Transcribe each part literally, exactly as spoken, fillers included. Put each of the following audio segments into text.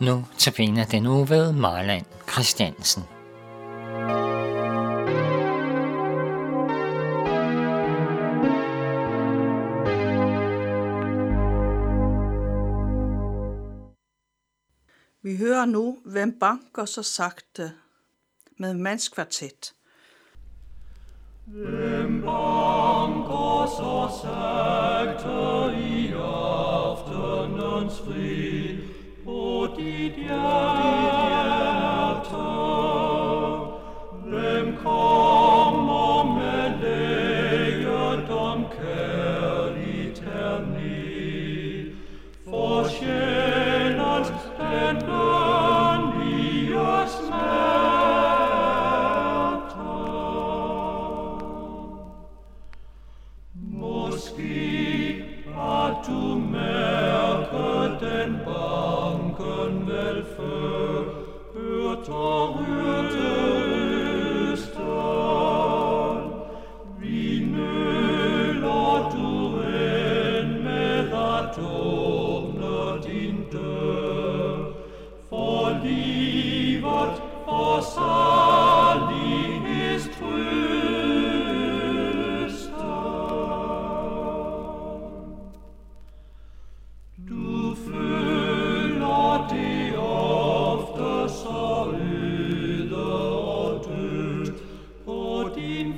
Nu tabiner den uge ved Marland Christiansen. Vi hører nu, hvem banker så sagte med mandskvartet. Hvem banker så sagte i aftenens fri på dit hjerte? Hvem kommer med lægedom kærligt herned? For sjælens den bønlige smerte. Måske har du mærket den banken vel før, hørt og hørte østen. Vi nøler du end med at åbne din dør, for livet for salighedstrøsten. Du føler det ofte så øde og dødt på din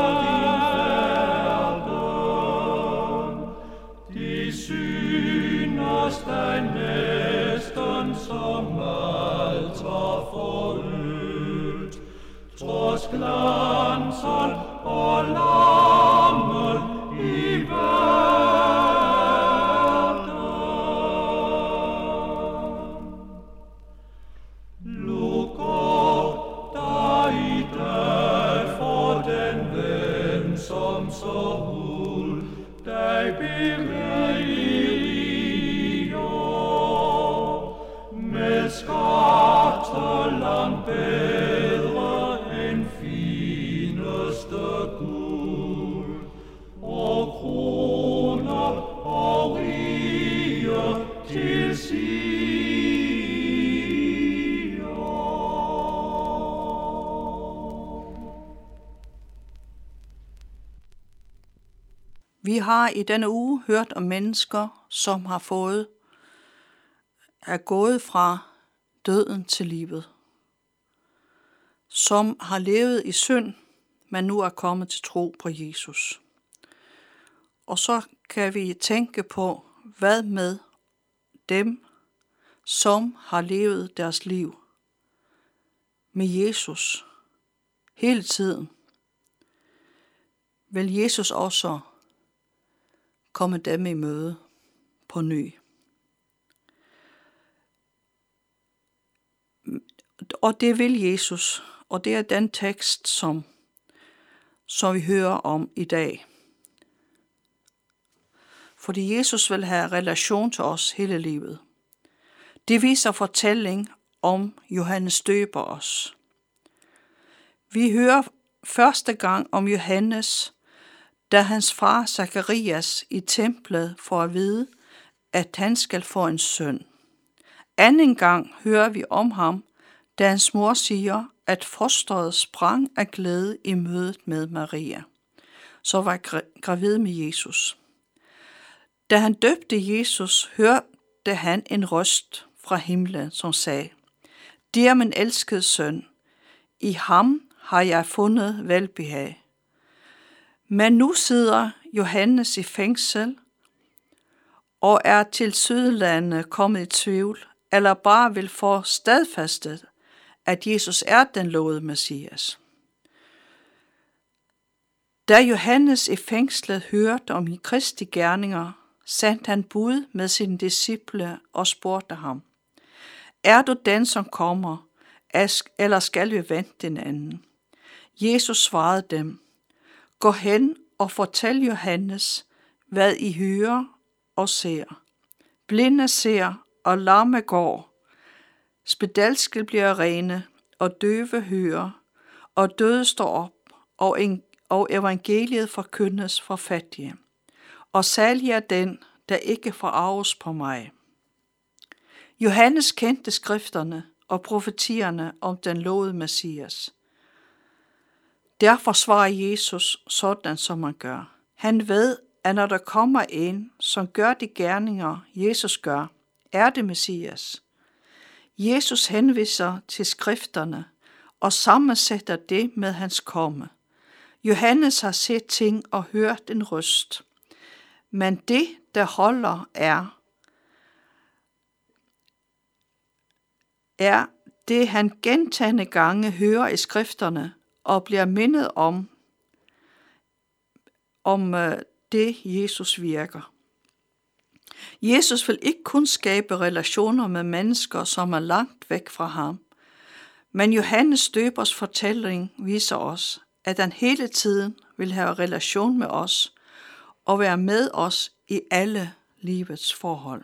færden. Det synes dig næsten som alt var forødt, trods glansen og larmen i verden. Luk op dig i dag for den ven, som så hul dig beriger med skatter langt bedre end fineste guld, og kroner og rige til Sion. Vi har i denne uge hørt om mennesker, som har fået, er gået fra døden til livet. Som har levet i synd, men nu er kommet til tro på Jesus. Og så kan vi tænke på, hvad med dem, som har levet deres liv med Jesus hele tiden. Vil Jesus også komme dem i møde på ny? Og det vil Jesus, og det er den tekst, som, som vi hører om i dag. Fordi Jesus vil have relation til os hele livet. Det viser fortælling om Johannes døber os. Vi hører første gang om Johannes, da hans far Zakarias i templet får at vide, at han skal få en søn. Anden gang hører vi om ham, da hans mor siger, at fosteret sprang af glæde i mødet med Maria, så var gra- gravid med Jesus. Da han døbte Jesus, hørte han en røst fra himlen, som sagde, "Det er min elskede søn, i ham har jeg fundet velbehag." Men nu sidder Johannes i fængsel og er til Sydlandet kommet i tvivl, eller bare vil få stadfæstet, at Jesus er den lovede Messias. Da Johannes i fængslet hørte om Kristi gerninger, sendte han bud med sine disciple og spurgte ham, "Er du den, som kommer, eller skal vi vente en anden?" Jesus svarede dem, "Gå hen og fortæl Johannes, hvad I hører og ser. Blinde ser, og lamme går. Spedalske bliver rene, og døve hører, og døde står op, og, en, og evangeliet forkyndes for fattige. Og salig er den, der ikke forarves på mig." Johannes kendte skrifterne og profetierne om den lovede Messias. Derfor svarer Jesus sådan, som han gør. Han ved, at når der kommer en, som gør de gerninger, Jesus gør, er det Messias. Jesus henviser til skrifterne og sammensætter det med hans komme. Johannes har set ting og hørt en røst. Men det, der holder, er, er det, han gentagne gange hører i skrifterne og bliver mindet om, om det, Jesus virker. Jesus vil ikke kun skabe relationer med mennesker, som er langt væk fra ham, men Johannes døbers fortælling viser os, at han hele tiden vil have relation med os og være med os i alle livets forhold.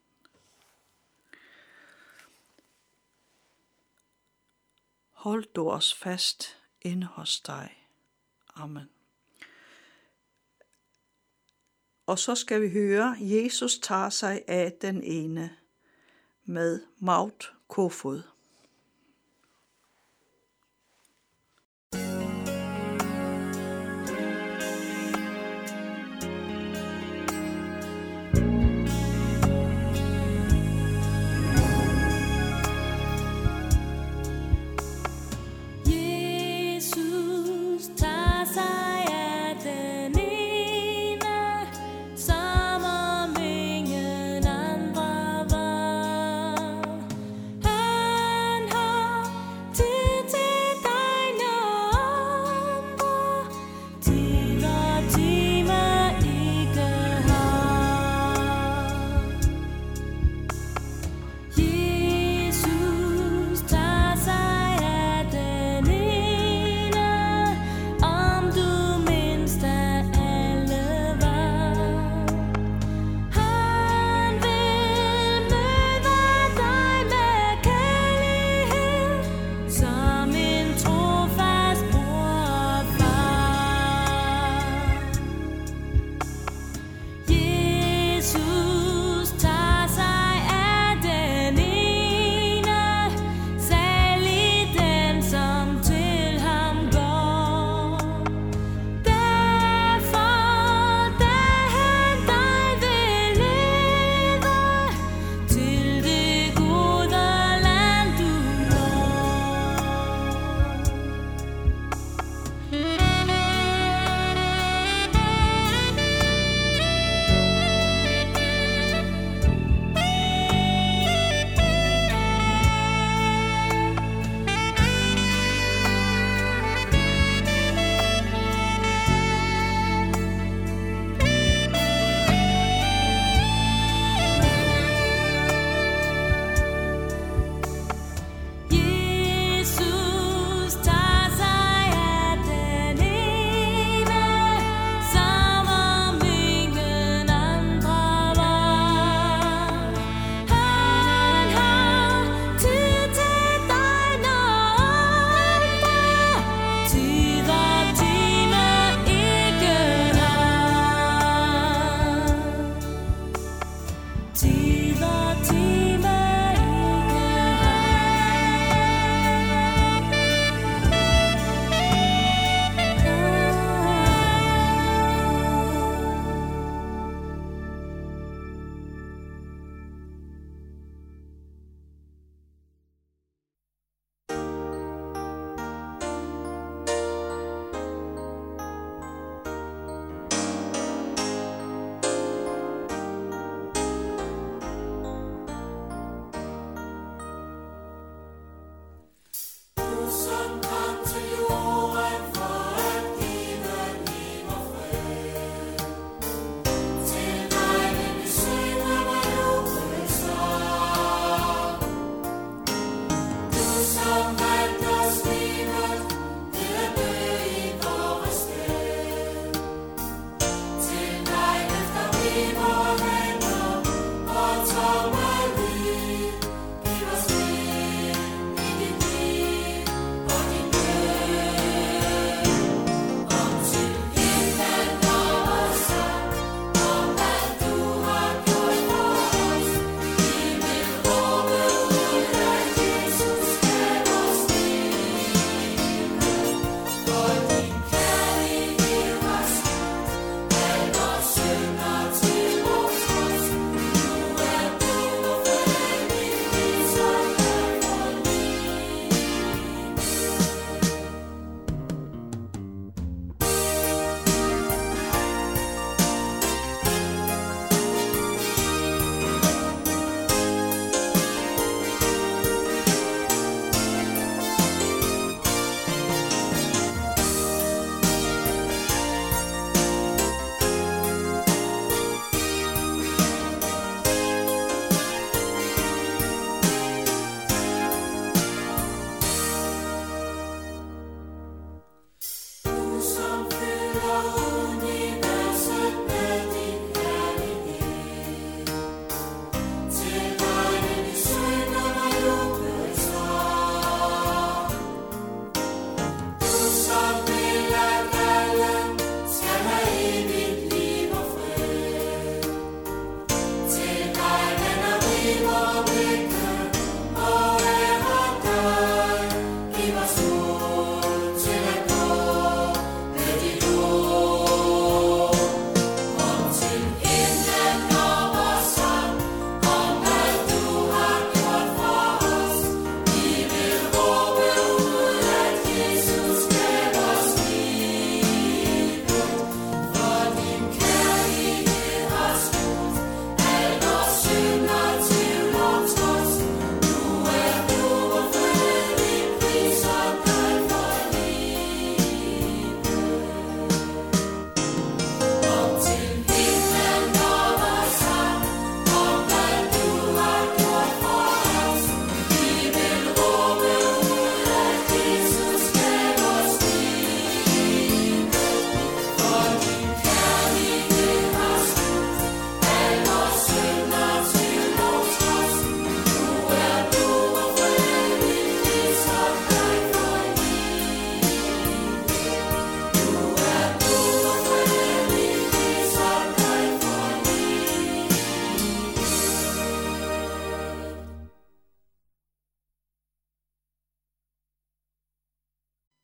Hold du os fast inde hos dig. Amen. Og så skal vi høre, Jesus tager sig af den ene med Maud Kofod.